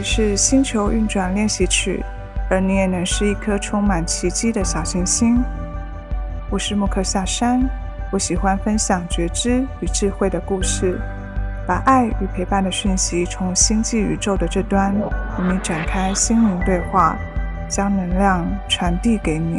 是星球运转练习曲，而你也能是一颗充满奇迹的小行星。我是莫克夏山，我喜欢分享觉知与智慧的故事，把爱与陪伴的讯息从星际宇宙的这端与你展开心灵对话，将能量传递给你。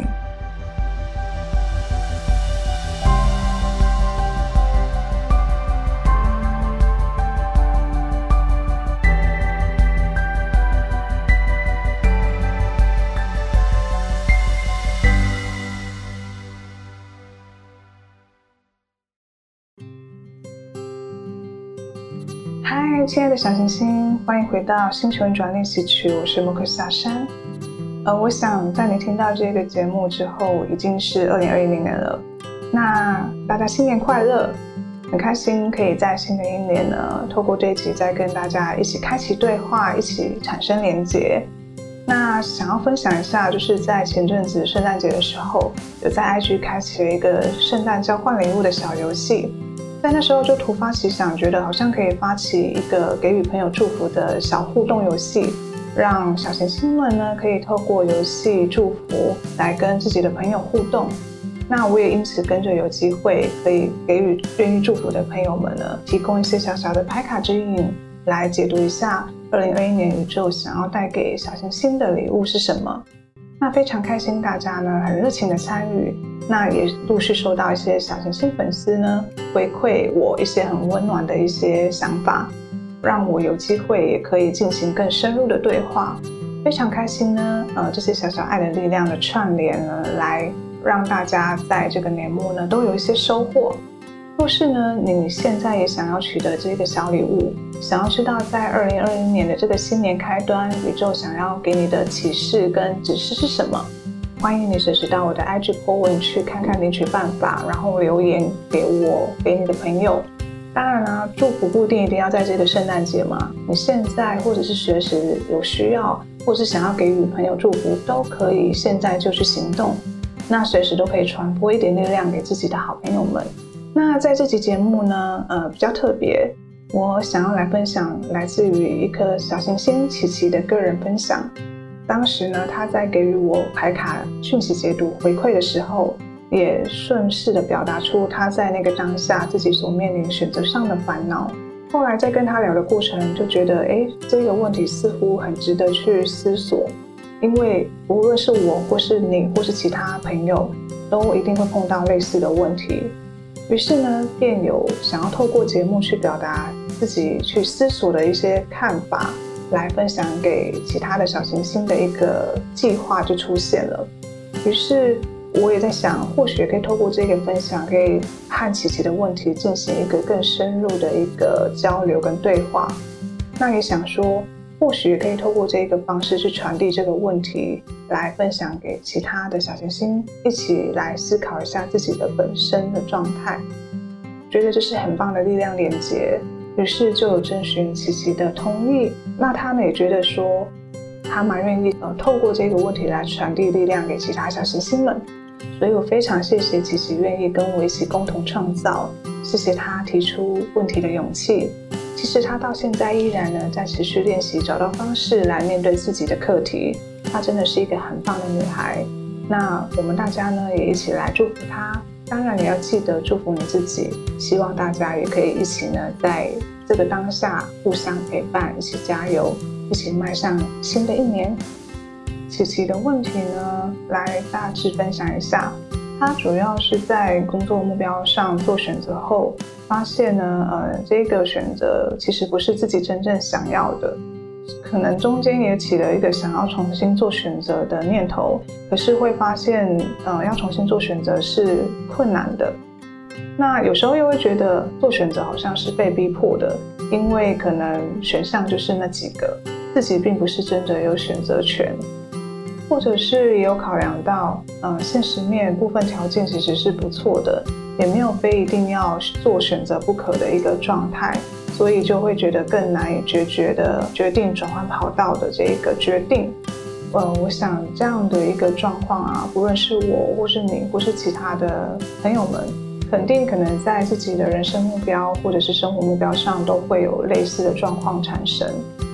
嗨，亲爱的小行星，欢迎回到星球运转练习曲，我是莫克夏山。我想在你听到这个节目之后，已经是2021年了。那大家新年快乐！很开心可以在新的一年呢，透过这一集再跟大家一起开启对话，一起产生连结。那想要分享一下，就是在前阵子圣诞节的时候，有在 IG 开启了一个圣诞交换礼物的小游戏。在那时候就突发奇想，觉得好像可以发起一个给予朋友祝福的小互动游戏，让小行星们呢可以透过游戏祝福来跟自己的朋友互动。那我也因此跟着有机会可以给予愿意祝福的朋友们呢，提供一些小小的牌卡指引，来解读一下2021年宇宙想要带给小行星的礼物是什么。那非常开心大家呢很热情的参与，那也陆续收到一些小行星粉丝呢回馈我一些很温暖的一些想法，让我有机会也可以进行更深入的对话。非常开心呢这些小小爱的力量的串联呢，来让大家在这个年末呢都有一些收获。若是呢你现在也想要取得这个小礼物，想要知道在2020年的这个新年开端，宇宙想要给你的启示跟指示是什么，欢迎你随时到我的 IG po 文去看看领取办法，然后留言给我，给你的朋友。当然啦，祝福不一定要在这个圣诞节嘛，你现在或者是随时有需要，或是想要给予朋友祝福，都可以现在就去行动。那随时都可以传播一点力量给自己的好朋友们。那在这期节目呢比较特别，我想要来分享来自于一颗小行星琪琪的个人分享。当时呢他在给予我牌卡讯息解读回馈的时候，也顺势的表达出他在那个当下自己所面临选择上的烦恼。后来在跟他聊的过程，就觉得这个问题似乎很值得去思索，因为无论是我或是你或是其他朋友，都一定会碰到类似的问题。于是呢便有想要透过节目去表达自己去思索的一些看法，来分享给其他的小行星的一个计划就出现了。于是我也在想，或许可以透过这个分享，可以和琪琪的问题进行一个更深入的一个交流跟对话。那也想说，或许也可以透过这个方式去传递这个问题，来分享给其他的小行星，一起来思考一下自己的本身的状态。觉得这是很棒的力量连结，于是就有征询琪琪的同意。那他们也觉得说，他蛮愿意透过这个问题来传递力量给其他小行星们。所以我非常谢谢琪琪愿意跟我一起共同创造，谢谢他提出问题的勇气。其实他到现在依然呢在持续练习，找到方式来面对自己的课题。她真的是一个很棒的女孩。那我们大家呢也一起来祝福她，当然也要记得祝福你自己。希望大家也可以一起呢在这个当下互相陪伴，一起加油，一起迈向新的一年。琪琪的问题呢来大致分享一下。她主要是在工作目标上做选择后，发现呢这个选择其实不是自己真正想要的，可能中间也起了一个想要重新做选择的念头，可是会发现要重新做选择是困难的。那有时候又会觉得做选择好像是被逼迫的，因为可能选项就是那几个，自己并不是真的有选择权。或者是也有考量到现实面部分条件其实是不错的，也没有非一定要做选择不可的一个状态，所以就会觉得更难以决的决定转换跑道的这一个决定。我想这样的一个状况啊，不论是我或是你或是其他的朋友们，肯定可能在自己的人生目标或者是生活目标上都会有类似的状况产生。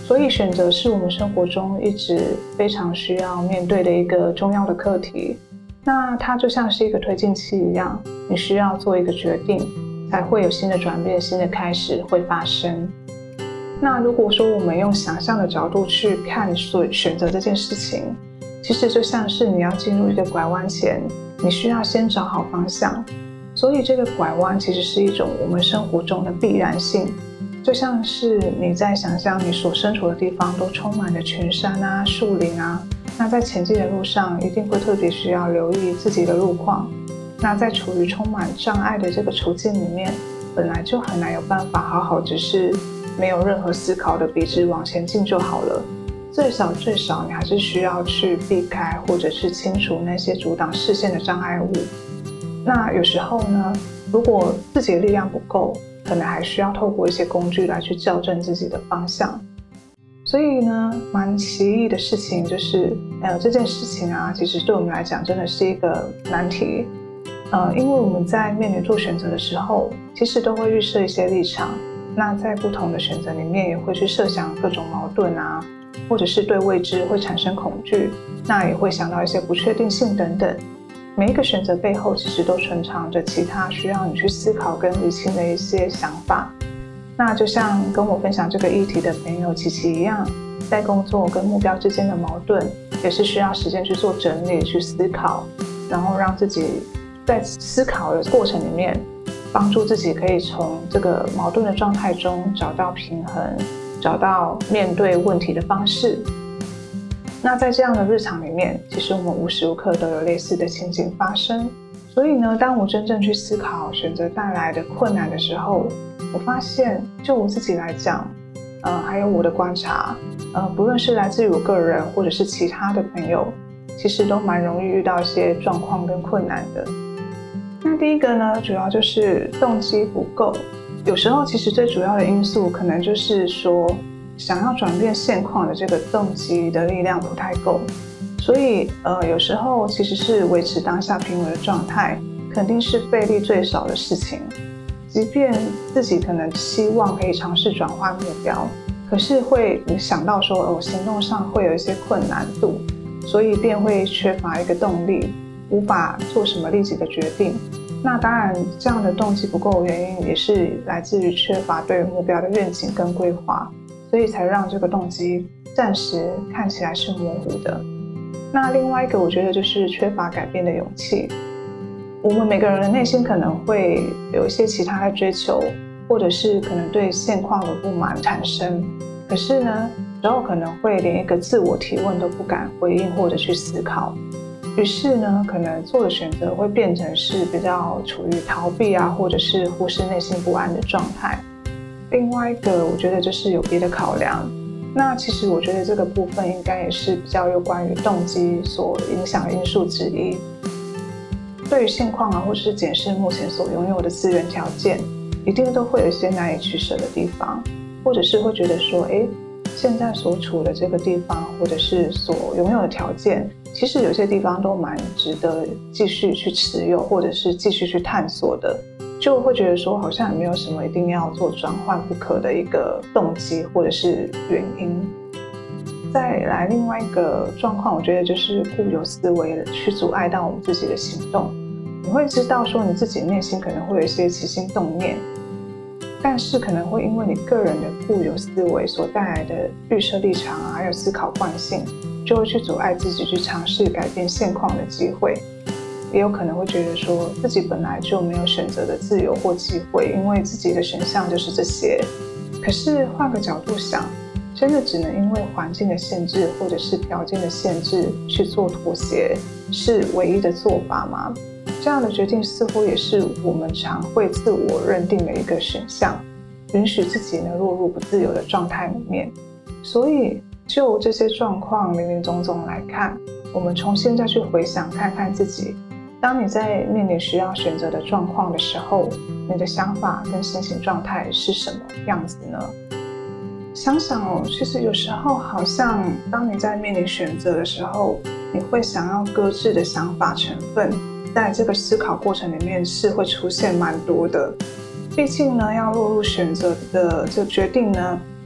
所以选择是我们生活中一直非常需要面对的一个重要的课题。那它就像是一个推进器一样，你需要做一个决定，才会有新的转变、新的开始会发生。那如果说我们用想象的角度去看选择这件事情，其实就像是你要进入一个拐弯前，你需要先找好方向。所以这个拐弯其实是一种我们生活中的必然性，就像是你在想象你所身处的地方都充满了群山啊、树林啊，那在前进的路上一定会特别需要留意自己的路况。那在处于充满障碍的这个处境里面，本来就很难有办法好好只是没有任何思考的笔直往前进就好了。最少你还是需要去避开或者是清除那些阻挡视线的障碍物。那有时候呢，如果自己的力量不够，可能还需要透过一些工具来去校正自己的方向。所以呢，蛮奇异的事情就是，这件事情啊，其实对我们来讲真的是一个难题。因为我们在面临做选择的时候，其实都会预设一些立场。那在不同的选择里面，也会去设想各种矛盾啊，或者是对未知会产生恐惧，那也会想到一些不确定性等等。每一个选择背后其实都存藏着其他需要你去思考跟理清的一些想法。那就像跟我分享这个议题的朋友琪琪一样，在工作跟目标之间的矛盾，也是需要时间去做整理、去思考，然后让自己在思考的过程里面，帮助自己可以从这个矛盾的状态中找到平衡，找到面对问题的方式。那在这样的日常里面，其实我们无时无刻都有类似的情景发生。所以呢，当我真正去思考选择带来的困难的时候，我发现就我自己来讲，还有我的观察，不论是来自于我个人或者是其他的朋友，其实都蛮容易遇到一些状况跟困难的。那第一个呢，主要就是动机不够。有时候其实最主要的因素可能就是说，想要转变现况的这个动机的力量不太够，所以有时候其实是维持当下平稳的状态，肯定是费力最少的事情。即便自己可能希望可以尝试转换目标，可是会想到说行动上会有一些困难度，所以便会缺乏一个动力，无法做什么立即的决定。那当然，这样的动机不够的原因也是来自于缺乏对目标的愿景跟规划，所以才让这个动机暂时看起来是模糊的。那另外一个我觉得就是缺乏改变的勇气。我们每个人的内心可能会有一些其他的追求，或者是可能对现况的不满产生，可是呢，然后可能会连一个自我提问都不敢回应或者去思考，于是呢，可能做的选择会变成是比较处于逃避啊，或者是忽视内心不安的状态。另外一个我觉得就是有别的考量，那其实我觉得这个部分应该也是比较有关于动机所影响的因素之一。对于现况啊，或者是检视目前所拥有的资源条件，一定都会有一些难以取舍的地方，或者是会觉得说，现在所处的这个地方，或者是所拥有的条件，其实有些地方都蛮值得继续去持有，或者是继续去探索的，就会觉得说好像也没有什么一定要做转换不可的一个动机或者是原因。再来另外一个状况，我觉得就是固有思维去阻碍到我们自己的行动。你会知道说你自己内心可能会有一些起心动念，但是可能会因为你个人的固有思维所带来的预设立场啊，还有思考惯性，就会去阻碍自己去尝试改变现况的机会。也有可能会觉得说自己本来就没有选择的自由或机会，因为自己的选项就是这些。可是换个角度想，真的只能因为环境的限制或者是条件的限制去做妥协是唯一的做法吗？这样的决定似乎也是我们常会自我认定的一个选项，允许自己呢落入不自由的状态里面。所以就这些状况林林总总来看，我们重新再去回想看看自己，当你在面临需要选择的状况的时候，你的想法跟心情状态是什么样子呢？想想其实有时候好像当你在面临选择的时候，你会想要搁置的想法成分，在这个思考过程里面是会出现蛮多的。毕竟呢，要落入选择的这个决定呢，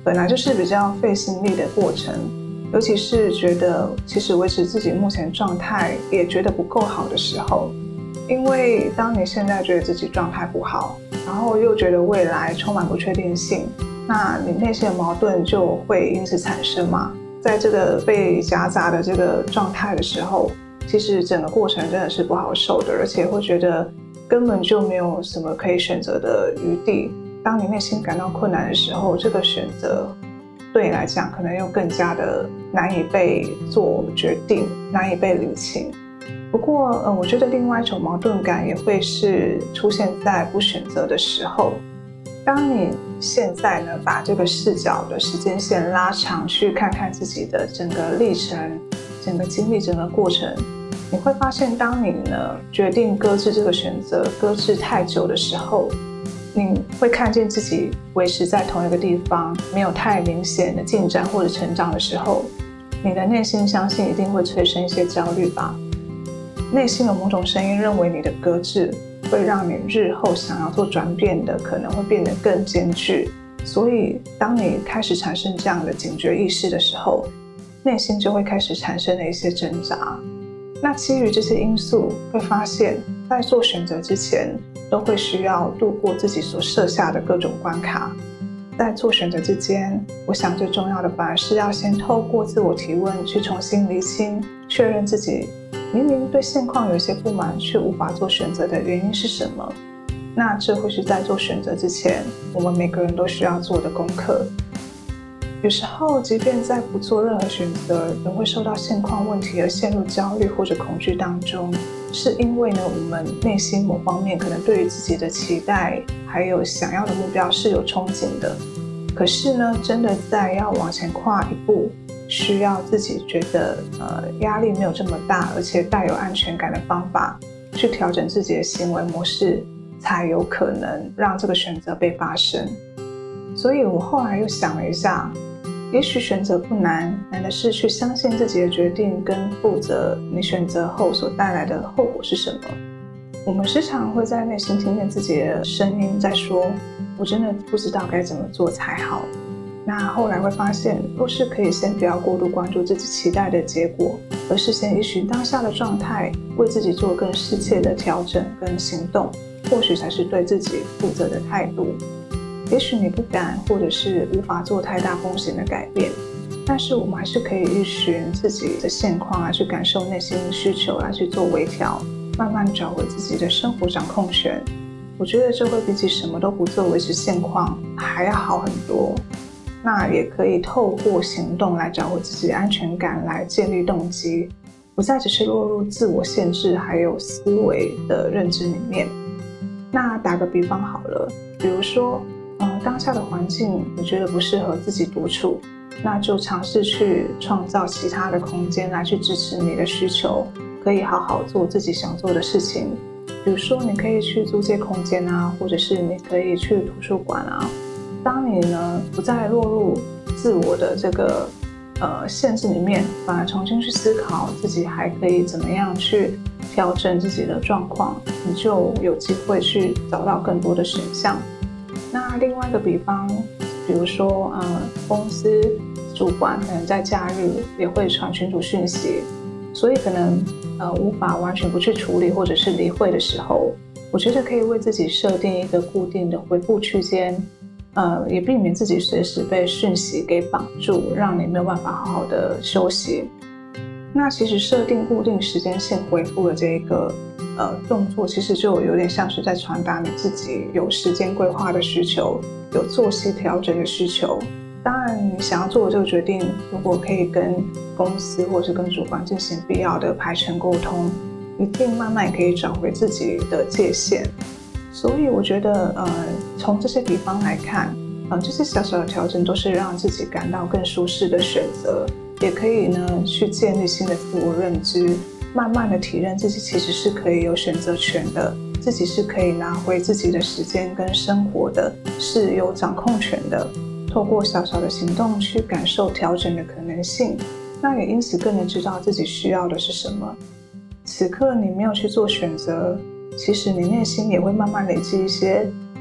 本来就是比较费心力的过程，尤其是觉得其实维持自己目前状态也觉得不够好的时候。因为当你现在觉得自己状态不好，然后又觉得未来充满不确定性，那你内心的矛盾就会因此产生嘛。在这个被夹杂的这个状态的时候，其实整个过程真的是不好受的，而且会觉得根本就没有什么可以选择的余地。当你内心感到困难的时候，这个选择对你来讲可能又更加的难以被做决定，难以被理清。不过我觉得另外一种矛盾感也会是出现在不选择的时候。当你现在呢把这个视角的时间线拉长，去看看自己的整个历程、整个经历、整个过程，你会发现当你呢决定搁置这个选择，搁置太久的时候，你会看见自己维持在同一个地方，没有太明显的进展或者成长的时候，你的内心相信一定会催生一些焦虑吧。内心有某种声音认为你的搁置会让你日后想要做转变的可能会变得更艰巨，所以当你开始产生这样的警觉意识的时候，内心就会开始产生了一些挣扎。那基于这些因素，会发现在做选择之前都会需要度过自己所设下的各种关卡。在做选择之间，我想最重要的反而是要先透过自我提问去重新厘清，确认自己明明对现况有一些不满却无法做选择的原因是什么。那这会是在做选择之前我们每个人都需要做的功课。有时候即便在不做任何选择，仍会受到现况问题而陷入焦虑或者恐惧当中，是因为呢我们内心某方面可能对于自己的期待还有想要的目标是有憧憬的，可是呢真的在要往前跨一步，需要自己觉得压力没有这么大，而且带有安全感的方法去调整自己的行为模式，才有可能让这个选择被发生。所以我后来又想了一下，也许选择不难，难的是去相信自己的决定跟负责你选择后所带来的后果是什么。我们时常会在内心听见自己的声音在说，我真的不知道该怎么做才好。那后来会发现，若是可以先不要过度关注自己期待的结果，而是先依循当下的状态，为自己做更适切的调整跟行动，或许才是对自己负责的态度。也许你不敢或者是无法做太大风险的改变，但是我们还是可以依循自己的现况来去感受内心需求，来去做微调，慢慢找回自己的生活掌控权。我觉得这会比起什么都不做维持现况还要好很多。那也可以透过行动来找回自己的安全感，来建立动机，不再只是落入自我限制还有思维的认知里面。那打个比方好了，比如说当下的环境你觉得不适合自己独处，那就尝试去创造其他的空间来去支持你的需求，可以好好做自己想做的事情。比如说你可以去租借空间啊，或者是你可以去图书馆啊。当你呢不再落入自我的这个限制里面，反而重新去思考自己还可以怎么样去调整自己的状况，你就有机会去找到更多的选项。那另外一个比方，比如说公司主管可能在假日也会传群组讯息，所以可能无法完全不去处理或者是理会的时候，我觉得可以为自己设定一个固定的回复区间，也避免自己随时被讯息给绑住，让你没有办法好好的休息。那其实设定固定时间线回复的这一个动作，其实就有点像是在传达你自己有时间规划的需求，有作息调整的需求。当然你想要做的这个决定，如果可以跟公司或是跟主管进行必要的排程沟通，一定慢慢也可以找回自己的界限。所以我觉得从这些比方来看，这些小小的调整都是让自己感到更舒适的选择，也可以呢去建立新的自我认知，慢慢的体认自己其实是可以有选择权的，自己是可以拿回自己的时间跟生活的，是有掌控权的。透过小小的行动去感受调整的可能性，那也因此更能知道自己需要的是什么。此刻你没有去做选择，其实你内心也会慢慢累积一些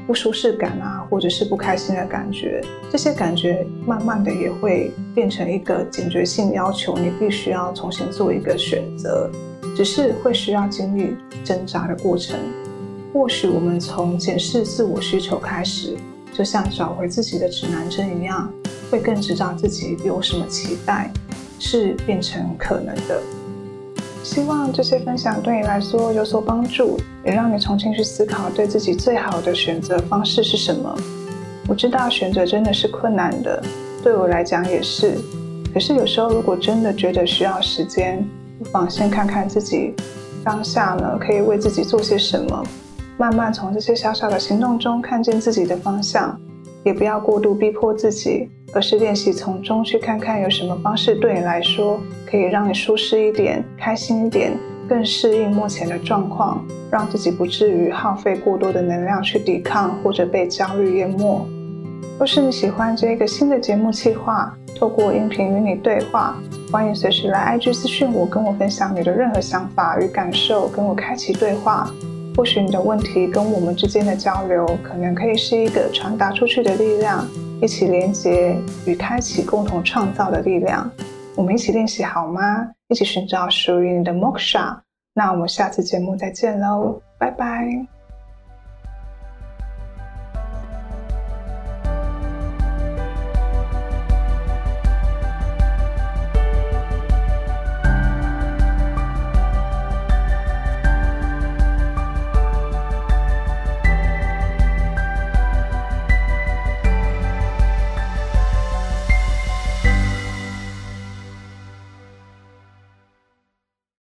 不舒适感啊，或者是不开心的感觉，这些感觉慢慢的也会变成一个警觉性要求，你必须要重新做一个选择，只是会需要经历挣扎的过程。或许我们从检视自我需求开始，就像找回自己的指南针一样，会更知道自己有什么期待，是变成可能的。希望这些分享对你来说有所帮助，也让你重新去思考对自己最好的选择方式是什么。我知道选择真的是困难的，对我来讲也是。可是有时候如果真的觉得需要时间，不妨先看看自己当下呢可以为自己做些什么，慢慢从这些小小的行动中看见自己的方向，也不要过度逼迫自己，而是练习从中去看看有什么方式对你来说可以让你舒适一点、开心一点，更适应目前的状况，让自己不至于耗费过多的能量去抵抗或者被焦虑淹没。若是你喜欢这个新的节目企划，透过音频与你对话，欢迎随时来 IG 私讯我，跟我分享你的任何想法与感受，跟我开启对话。或许你的问题跟我们之间的交流，可能可以是一个传达出去的力量，一起连结与开启共同创造的力量。我们一起练习好吗？一起寻找属于你的 Moksha。那我们下次节目再见喽，拜拜。